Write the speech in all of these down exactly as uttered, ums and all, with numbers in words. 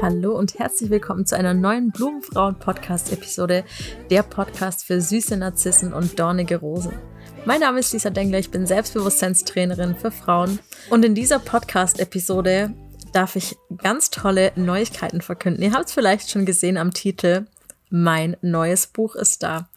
Hallo und herzlich willkommen zu einer neuen Blumenfrauen-Podcast-Episode, der Podcast für süße Narzissen und dornige Rosen. Mein Name ist Lisa Dengler, ich bin Selbstbewusstseinstrainerin für Frauen und in dieser Podcast-Episode darf ich ganz tolle Neuigkeiten verkünden. Ihr habt es vielleicht schon gesehen am Titel, mein neues Buch ist da.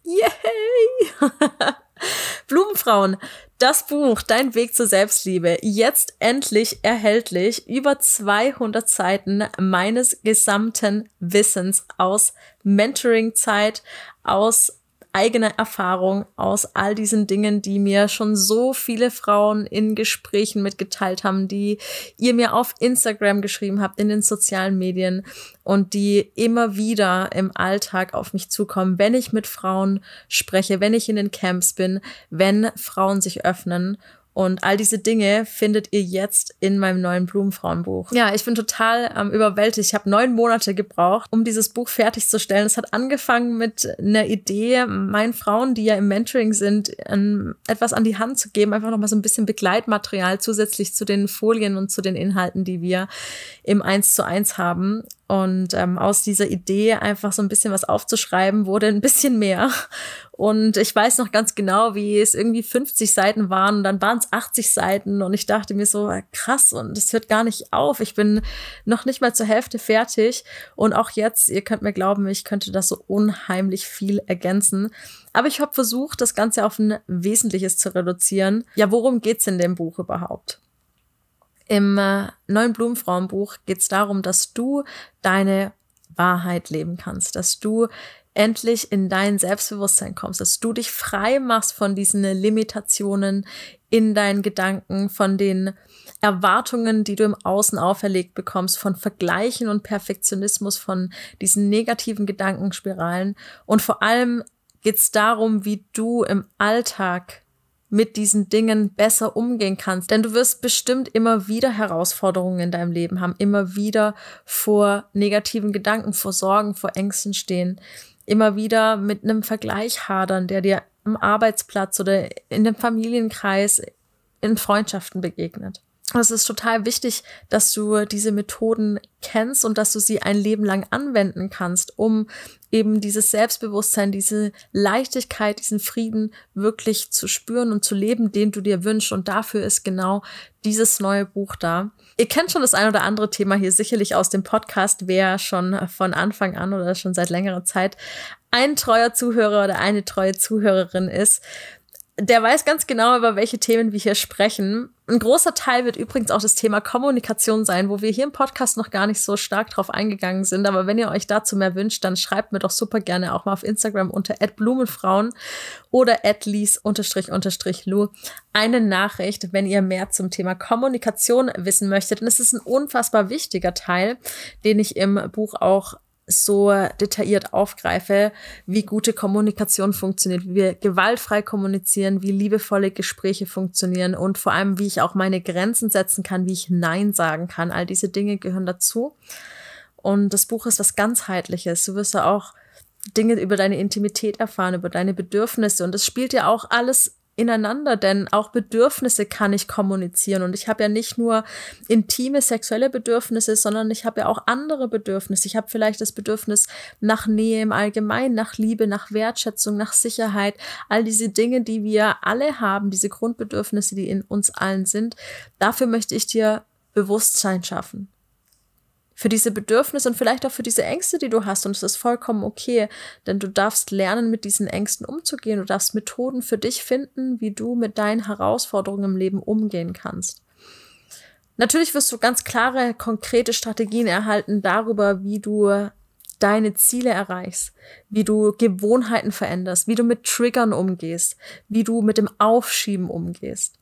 Yay! Blumenfrauen, das Buch Dein Weg zur Selbstliebe, jetzt endlich erhältlich, über zweihundert Seiten meines gesamten Wissens aus Mentoring-Zeit, aus eigener Erfahrung, aus all diesen Dingen, die mir schon so viele Frauen in Gesprächen mitgeteilt haben, die ihr mir auf Instagram geschrieben habt, in den sozialen Medien und die immer wieder im Alltag auf mich zukommen, wenn ich mit Frauen spreche, wenn ich in den Camps bin, wenn Frauen sich öffnen. Und all diese Dinge findet ihr jetzt in meinem neuen Blumenfrauenbuch. Ja, ich bin total ähm, überwältigt. Ich habe neun Monate gebraucht, um dieses Buch fertigzustellen. Es hat angefangen mit einer Idee, meinen Frauen, die ja im Mentoring sind, ähm, etwas an die Hand zu geben. Einfach nochmal so ein bisschen Begleitmaterial zusätzlich zu den Folien und zu den Inhalten, die wir im eins zu eins haben. Und ähm, aus dieser Idee einfach so ein bisschen was aufzuschreiben, wurde ein bisschen mehr. Und ich weiß noch ganz genau, wie es irgendwie fünfzig Seiten waren und dann waren es achtzig Seiten und ich dachte mir so, krass, und es hört gar nicht auf. Ich bin noch nicht mal zur Hälfte fertig und auch jetzt, ihr könnt mir glauben, ich könnte das so unheimlich viel ergänzen. Aber ich habe versucht, das Ganze auf ein Wesentliches zu reduzieren. Ja, worum geht's in dem Buch überhaupt? Im äh, neuen Blumenfrauenbuch geht es darum, dass du deine Wahrheit leben kannst, dass du endlich in dein Selbstbewusstsein kommst, dass du dich frei machst von diesen Limitationen in deinen Gedanken, von den Erwartungen, die du im Außen auferlegt bekommst, von Vergleichen und Perfektionismus, von diesen negativen Gedankenspiralen. Und vor allem geht es darum, wie du im Alltag mit diesen Dingen besser umgehen kannst. Denn du wirst bestimmt immer wieder Herausforderungen in deinem Leben haben, immer wieder vor negativen Gedanken, vor Sorgen, vor Ängsten stehen, immer wieder mit einem Vergleich hadern, der dir am Arbeitsplatz oder in dem Familienkreis, in Freundschaften begegnet. Es ist total wichtig, dass du diese Methoden kennst und dass du sie ein Leben lang anwenden kannst, um eben dieses Selbstbewusstsein, diese Leichtigkeit, diesen Frieden wirklich zu spüren und zu leben, den du dir wünschst. Und dafür ist genau dieses neue Buch da. Ihr kennt schon das ein oder andere Thema hier sicherlich aus dem Podcast, wer schon von Anfang an oder schon seit längerer Zeit ein treuer Zuhörer oder eine treue Zuhörerin ist. Der weiß ganz genau, über welche Themen wir hier sprechen. Ein großer Teil wird übrigens auch das Thema Kommunikation sein, wo wir hier im Podcast noch gar nicht so stark drauf eingegangen sind. Aber wenn ihr euch dazu mehr wünscht, dann schreibt mir doch super gerne auch mal auf Instagram unter at blumenfrauen oder at lies unterstrich unterstrich lu eine Nachricht, wenn ihr mehr zum Thema Kommunikation wissen möchtet. Und es ist ein unfassbar wichtiger Teil, den ich im Buch auch so detailliert aufgreife, wie gute Kommunikation funktioniert, wie wir gewaltfrei kommunizieren, wie liebevolle Gespräche funktionieren und vor allem, wie ich auch meine Grenzen setzen kann, wie ich Nein sagen kann. All diese Dinge gehören dazu. Und das Buch ist was ganzheitliches. Du wirst ja auch Dinge über deine Intimität erfahren, über deine Bedürfnisse und es spielt ja auch alles ineinander, denn auch Bedürfnisse kann ich kommunizieren und ich habe ja nicht nur intime sexuelle Bedürfnisse, sondern ich habe ja auch andere Bedürfnisse. Ich habe vielleicht das Bedürfnis nach Nähe im Allgemeinen, nach Liebe, nach Wertschätzung, nach Sicherheit, all diese Dinge, die wir alle haben, diese Grundbedürfnisse, die in uns allen sind. Dafür möchte ich dir Bewusstsein schaffen. Für diese Bedürfnisse und vielleicht auch für diese Ängste, die du hast. Und es ist vollkommen okay, denn du darfst lernen, mit diesen Ängsten umzugehen. Du darfst Methoden für dich finden, wie du mit deinen Herausforderungen im Leben umgehen kannst. Natürlich wirst du ganz klare, konkrete Strategien erhalten darüber, wie du deine Ziele erreichst, wie du Gewohnheiten veränderst, wie du mit Triggern umgehst, wie du mit dem Aufschieben umgehst.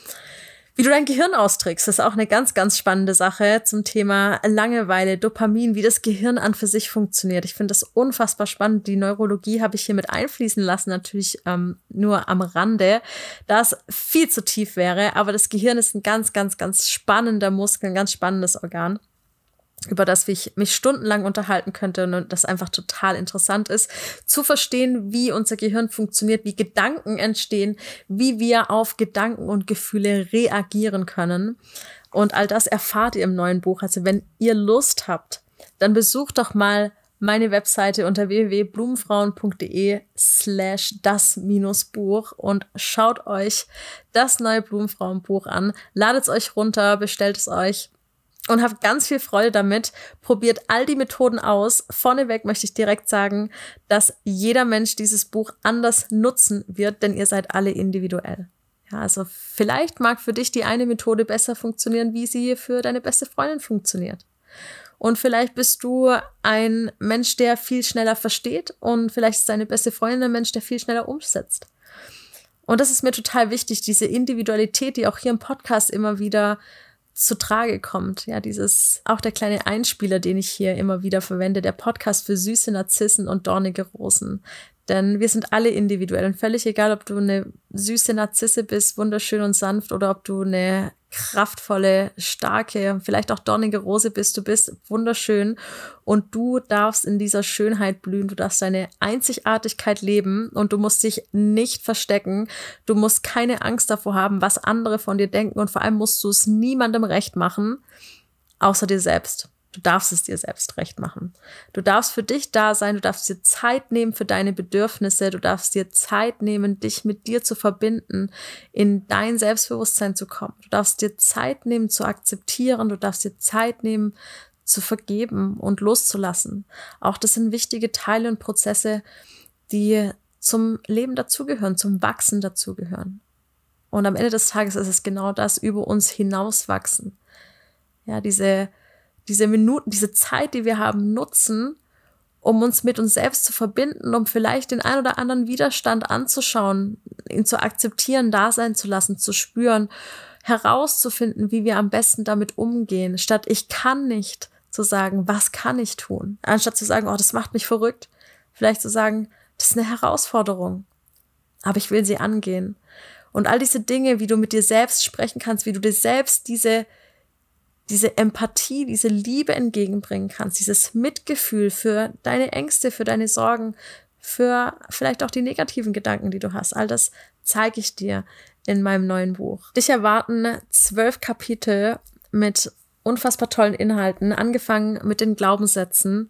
Wie du dein Gehirn austrickst, ist auch eine ganz, ganz spannende Sache zum Thema Langeweile, Dopamin, wie das Gehirn an für sich funktioniert. Ich finde das unfassbar spannend. Die Neurologie habe ich hier mit einfließen lassen, natürlich ähm, nur am Rande, da es viel zu tief wäre. Aber das Gehirn ist ein ganz, ganz, ganz spannender Muskel, ein ganz spannendes Organ, über das ich mich stundenlang unterhalten könnte und das einfach total interessant ist, zu verstehen, wie unser Gehirn funktioniert, wie Gedanken entstehen, wie wir auf Gedanken und Gefühle reagieren können. Und all das erfahrt ihr im neuen Buch. Also wenn ihr Lust habt dann besucht doch mal meine Webseite unter w w w punkt blumenfrauen punkt d e slash das minus Buch und schaut euch das neue Blumenfrauen-Buch an. Ladet es euch runter, bestellt es euch und habt ganz viel Freude damit. Probiert all die Methoden aus. Vorneweg möchte ich direkt sagen, dass jeder Mensch dieses Buch anders nutzen wird, denn ihr seid alle individuell. Ja, also vielleicht mag für dich die eine Methode besser funktionieren, wie sie für deine beste Freundin funktioniert. Und vielleicht bist du ein Mensch, der viel schneller versteht und vielleicht ist deine beste Freundin ein Mensch, der viel schneller umsetzt. Und das ist mir total wichtig, diese Individualität, die auch hier im Podcast immer wieder zu Trage kommt. Ja, dieses, auch der kleine Einspieler, den ich hier immer wieder verwende, der Podcast für süße Narzissen und dornige Rosen. Denn wir sind alle individuell und völlig egal, ob du eine süße Narzisse bist, wunderschön und sanft, oder ob du eine kraftvolle, starke, vielleicht auch dornige Rose bist. Du bist wunderschön und du darfst in dieser Schönheit blühen. Du darfst deine Einzigartigkeit leben und du musst dich nicht verstecken. Du musst keine Angst davor haben, was andere von dir denken, und vor allem musst du es niemandem recht machen, außer dir selbst. Du darfst es dir selbst recht machen. Du darfst für dich da sein, du darfst dir Zeit nehmen für deine Bedürfnisse, du darfst dir Zeit nehmen, dich mit dir zu verbinden, in dein Selbstbewusstsein zu kommen. Du darfst dir Zeit nehmen, zu akzeptieren, du darfst dir Zeit nehmen, zu vergeben und loszulassen. Auch das sind wichtige Teile und Prozesse, die zum Leben dazugehören, zum Wachsen dazugehören. Und am Ende des Tages ist es genau das, über uns hinauswachsen. Ja, diese diese Minuten, diese Zeit, die wir haben, nutzen, um uns mit uns selbst zu verbinden, um vielleicht den ein oder anderen Widerstand anzuschauen, ihn zu akzeptieren, da sein zu lassen, zu spüren, herauszufinden, wie wir am besten damit umgehen, statt ich kann nicht zu sagen, was kann ich tun? Anstatt zu sagen, oh, das macht mich verrückt, vielleicht zu sagen, das ist eine Herausforderung, aber ich will sie angehen. Und all diese Dinge, wie du mit dir selbst sprechen kannst, wie du dir selbst diese diese Empathie, diese Liebe entgegenbringen kannst, dieses Mitgefühl für deine Ängste, für deine Sorgen, für vielleicht auch die negativen Gedanken, die du hast. All das zeige ich dir in meinem neuen Buch. Dich erwarten zwölf Kapitel mit unfassbar tollen Inhalten, angefangen mit den Glaubenssätzen.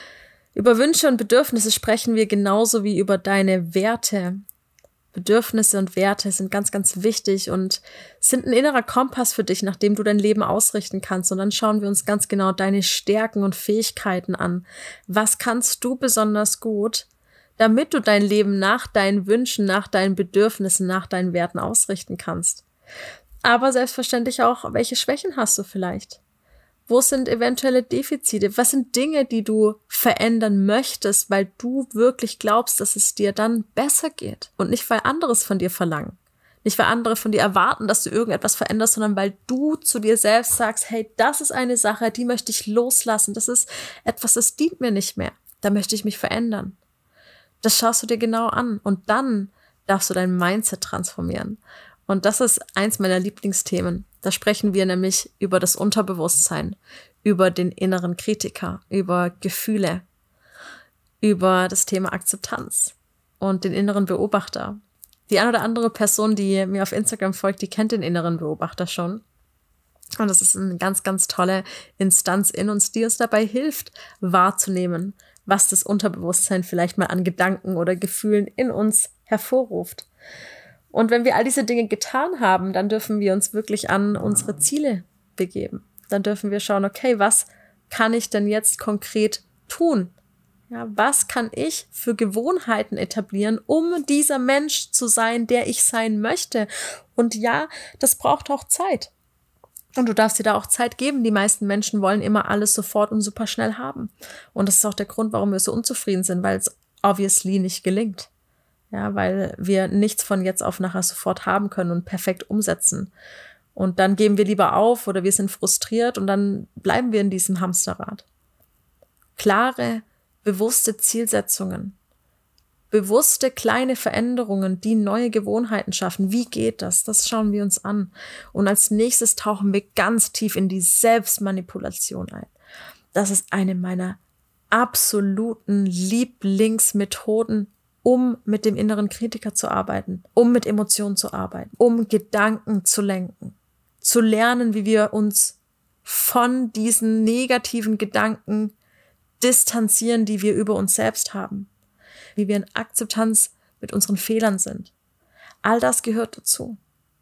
Über Wünsche und Bedürfnisse sprechen wir genauso wie über deine Werte. Bedürfnisse und Werte sind ganz, ganz wichtig und sind ein innerer Kompass für dich, nach dem du dein Leben ausrichten kannst. Und dann schauen wir uns ganz genau deine Stärken und Fähigkeiten an. Was kannst du besonders gut, damit du dein Leben nach deinen Wünschen, nach deinen Bedürfnissen, nach deinen Werten ausrichten kannst? Aber selbstverständlich auch, welche Schwächen hast du vielleicht? Wo sind eventuelle Defizite? Was sind Dinge, die du verändern möchtest, weil du wirklich glaubst, dass es dir dann besser geht? Und nicht, weil anderes von dir verlangen. Nicht, weil andere von dir erwarten, dass du irgendetwas veränderst, sondern weil du zu dir selbst sagst, hey, das ist eine Sache, die möchte ich loslassen. Das ist etwas, das dient mir nicht mehr. Da möchte ich mich verändern. Das schaust du dir genau an. Und dann darfst du dein Mindset transformieren. Und das ist eins meiner Lieblingsthemen. Da sprechen wir nämlich über das Unterbewusstsein, über den inneren Kritiker, über Gefühle, über das Thema Akzeptanz und den inneren Beobachter. Die eine oder andere Person, die mir auf Instagram folgt, die kennt den inneren Beobachter schon. Und das ist eine ganz, ganz tolle Instanz in uns, die uns dabei hilft, wahrzunehmen, was das Unterbewusstsein vielleicht mal an Gedanken oder Gefühlen in uns hervorruft. Und wenn wir all diese Dinge getan haben, dann dürfen wir uns wirklich an unsere Ziele begeben. Dann dürfen wir schauen, okay, was kann ich denn jetzt konkret tun? Ja, was kann ich für Gewohnheiten etablieren, um dieser Mensch zu sein, der ich sein möchte? Und ja, das braucht auch Zeit. Und du darfst dir da auch Zeit geben. Die meisten Menschen wollen immer alles sofort und super schnell haben. Und das ist auch der Grund, warum wir so unzufrieden sind, weil es obviously nicht gelingt. Ja, weil wir nichts von jetzt auf nachher sofort haben können und perfekt umsetzen. Und dann geben wir lieber auf oder wir sind frustriert und dann bleiben wir in diesem Hamsterrad. Klare, bewusste Zielsetzungen, bewusste kleine Veränderungen, die neue Gewohnheiten schaffen. Wie geht das? Das schauen wir uns an. Und als nächstes tauchen wir ganz tief in die Selbstmanipulation ein. Das ist eine meiner absoluten Lieblingsmethoden, um mit dem inneren Kritiker zu arbeiten, um mit Emotionen zu arbeiten, um Gedanken zu lenken, zu lernen, wie wir uns von diesen negativen Gedanken distanzieren, die wir über uns selbst haben. Wie wir in Akzeptanz mit unseren Fehlern sind. All das gehört dazu.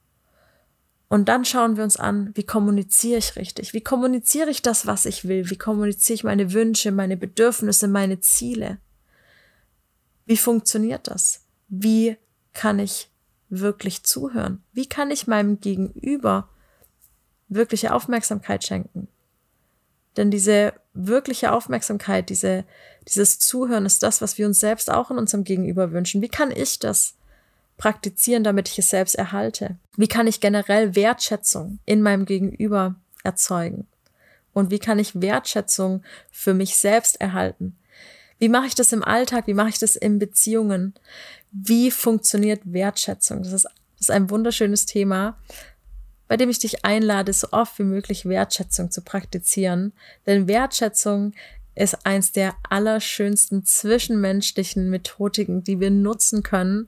Und dann schauen wir uns an, wie kommuniziere ich richtig? Wie kommuniziere ich das, was ich will? Wie kommuniziere ich meine Wünsche, meine Bedürfnisse, meine Ziele? Wie funktioniert das? Wie kann ich wirklich zuhören? Wie kann ich meinem Gegenüber wirkliche Aufmerksamkeit schenken? Denn diese wirkliche Aufmerksamkeit, diese, dieses Zuhören ist das, was wir uns selbst auch in unserem Gegenüber wünschen. Wie kann ich das praktizieren, damit ich es selbst erhalte? Wie kann ich generell Wertschätzung in meinem Gegenüber erzeugen? Und wie kann ich Wertschätzung für mich selbst erhalten? Wie mache ich das im Alltag? Wie mache ich das in Beziehungen? Wie funktioniert Wertschätzung? Das ist, das ist ein wunderschönes Thema, bei dem ich dich einlade, so oft wie möglich Wertschätzung zu praktizieren. Denn Wertschätzung ist eins der allerschönsten zwischenmenschlichen Methodiken, die wir nutzen können,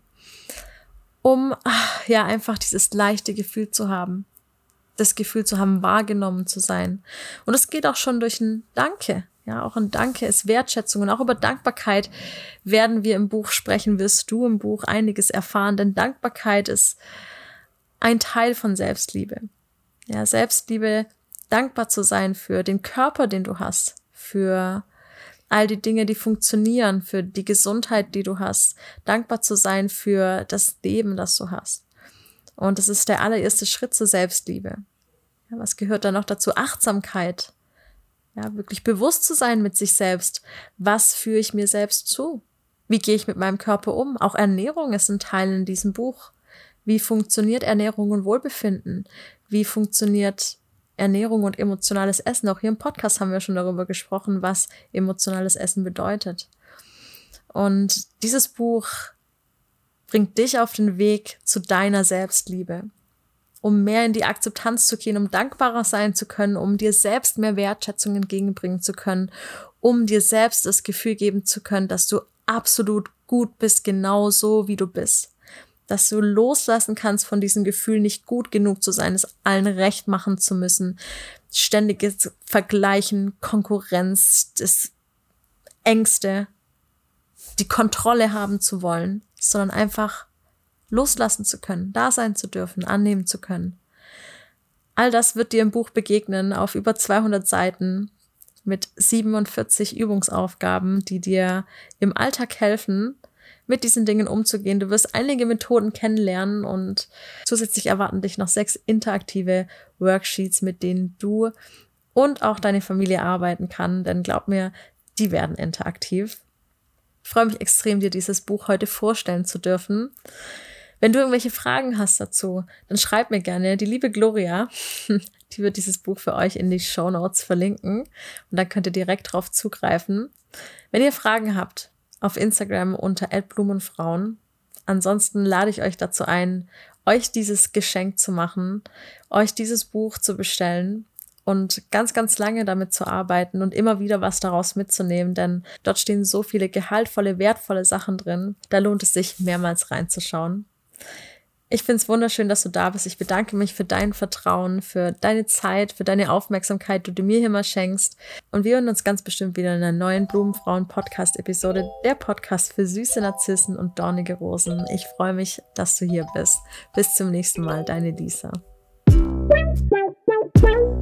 um ja einfach dieses leichte Gefühl zu haben. Das Gefühl zu haben, wahrgenommen zu sein. Und es geht auch schon durch ein Danke. Ja, auch ein Danke ist Wertschätzung. Und auch über Dankbarkeit werden wir im Buch sprechen, wirst du im Buch einiges erfahren. Denn Dankbarkeit ist ein Teil von Selbstliebe. Ja, Selbstliebe, dankbar zu sein für den Körper, den du hast, für all die Dinge, die funktionieren, für die Gesundheit, die du hast, dankbar zu sein für das Leben, das du hast. Und das ist der allererste Schritt zur Selbstliebe. Ja, was gehört da noch dazu? Achtsamkeit. Ja, wirklich bewusst zu sein mit sich selbst. Was führe ich mir selbst zu? Wie gehe ich mit meinem Körper um? Auch Ernährung ist ein Teil in diesem Buch. Wie funktioniert Ernährung und Wohlbefinden? Wie funktioniert Ernährung und emotionales Essen? Auch hier im Podcast haben wir schon darüber gesprochen, was emotionales Essen bedeutet. Und dieses Buch bringt dich auf den Weg zu deiner Selbstliebe, um mehr in die Akzeptanz zu gehen, um dankbarer sein zu können, um dir selbst mehr Wertschätzung entgegenbringen zu können, um dir selbst das Gefühl geben zu können, dass du absolut gut bist, genau so, wie du bist. Dass du loslassen kannst von diesem Gefühl, nicht gut genug zu sein, es allen recht machen zu müssen, ständiges Vergleichen, Konkurrenz, das Ängste, die Kontrolle haben zu wollen, sondern einfach loslassen zu können, da sein zu dürfen, annehmen zu können. All das wird dir im Buch begegnen, auf über zweihundert Seiten mit siebenundvierzig Übungsaufgaben, die dir im Alltag helfen, mit diesen Dingen umzugehen. Du wirst einige Methoden kennenlernen und zusätzlich erwarten dich noch sechs interaktive Worksheets, mit denen du und auch deine Familie arbeiten kann, denn glaub mir, die werden interaktiv. Ich freue mich extrem, dir dieses Buch heute vorstellen zu dürfen. Wenn du irgendwelche Fragen hast dazu, dann schreib mir gerne. Die liebe Gloria, die wird dieses Buch für euch in die Shownotes verlinken und dann könnt ihr direkt drauf zugreifen. Wenn ihr Fragen habt, auf Instagram unter at blumenfrauen. Ansonsten lade ich euch dazu ein, euch dieses Geschenk zu machen, euch dieses Buch zu bestellen und ganz, ganz lange damit zu arbeiten und immer wieder was daraus mitzunehmen, denn dort stehen so viele gehaltvolle, wertvolle Sachen drin. Da lohnt es sich, mehrmals reinzuschauen. Ich finde es wunderschön, dass du da bist. Ich bedanke mich für dein Vertrauen, für deine Zeit, für deine Aufmerksamkeit, die du mir hier mal schenkst. Und wir hören uns ganz bestimmt wieder in einer neuen Blumenfrauen-Podcast-Episode, der Podcast für süße Narzissen und dornige Rosen. Ich freue mich, dass du hier bist. Bis zum nächsten Mal, deine Lisa.